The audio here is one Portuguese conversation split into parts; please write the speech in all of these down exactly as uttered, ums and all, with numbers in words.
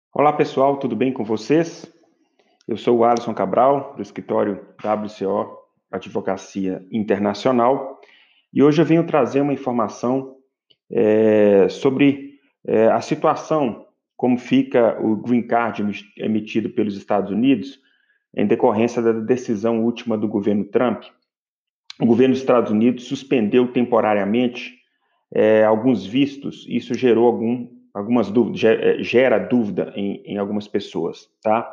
Olá pessoal, tudo bem com vocês? Eu sou o Alisson Cabral, do escritório W C O Advocacia Internacional, e hoje eu venho trazer uma informação é, sobre é, a situação, como fica o Green Card emitido pelos Estados Unidos em decorrência da decisão última do governo Trump. O governo dos Estados Unidos suspendeu temporariamente é, alguns vistos, e isso gerou algum, algumas dúvidas, gera dúvida em, em algumas pessoas, tá?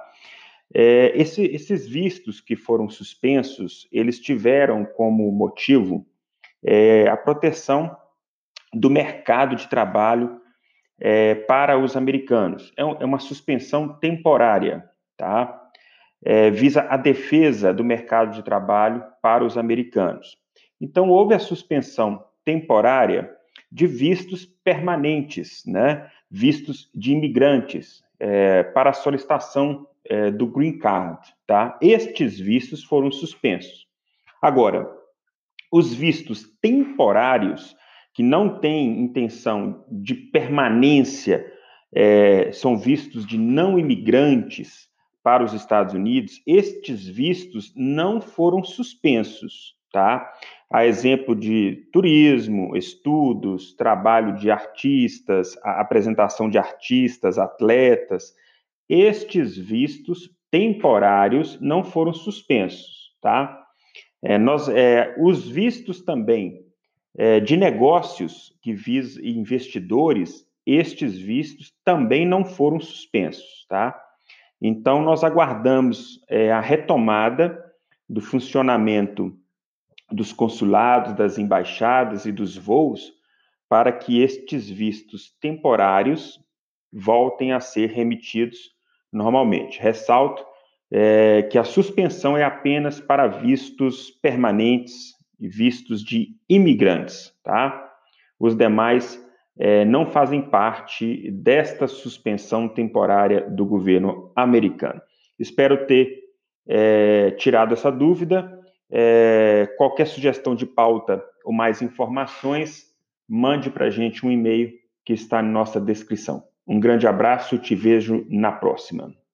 É, esse, esses vistos que foram suspensos, eles tiveram como motivo é, a proteção do mercado de trabalho é, para os americanos. É, um, é, uma suspensão temporária, tá? É, visa a defesa do mercado de trabalho para os americanos. Então, houve a suspensão temporária de vistos permanentes, né? Vistos de imigrantes é, para a solicitação é, do Green Card, tá? Estes vistos foram suspensos. Agora, os vistos temporários, que não têm intenção de permanência, é, são vistos de não imigrantes para os Estados Unidos, estes vistos não foram suspensos, tá? A exemplo de turismo, estudos, trabalho de artistas, a apresentação de artistas, atletas, estes vistos temporários não foram suspensos, tá? É, nós, é, os vistos também é, de negócios que visam investidores, estes vistos também não foram suspensos, tá? Então, nós aguardamos é, a retomada do funcionamento dos consulados, das embaixadas e dos voos para que estes vistos temporários voltem a ser remetidos normalmente. Ressalto é, que a suspensão é apenas para vistos permanentes e vistos de imigrantes, tá? Os demais é, não fazem parte desta suspensão temporária do governo americano. Espero ter é, tirado essa dúvida. É, qualquer sugestão de pauta ou mais informações, mande para a gente um e-mail que está na nossa descrição. Um grande abraço, te vejo na próxima.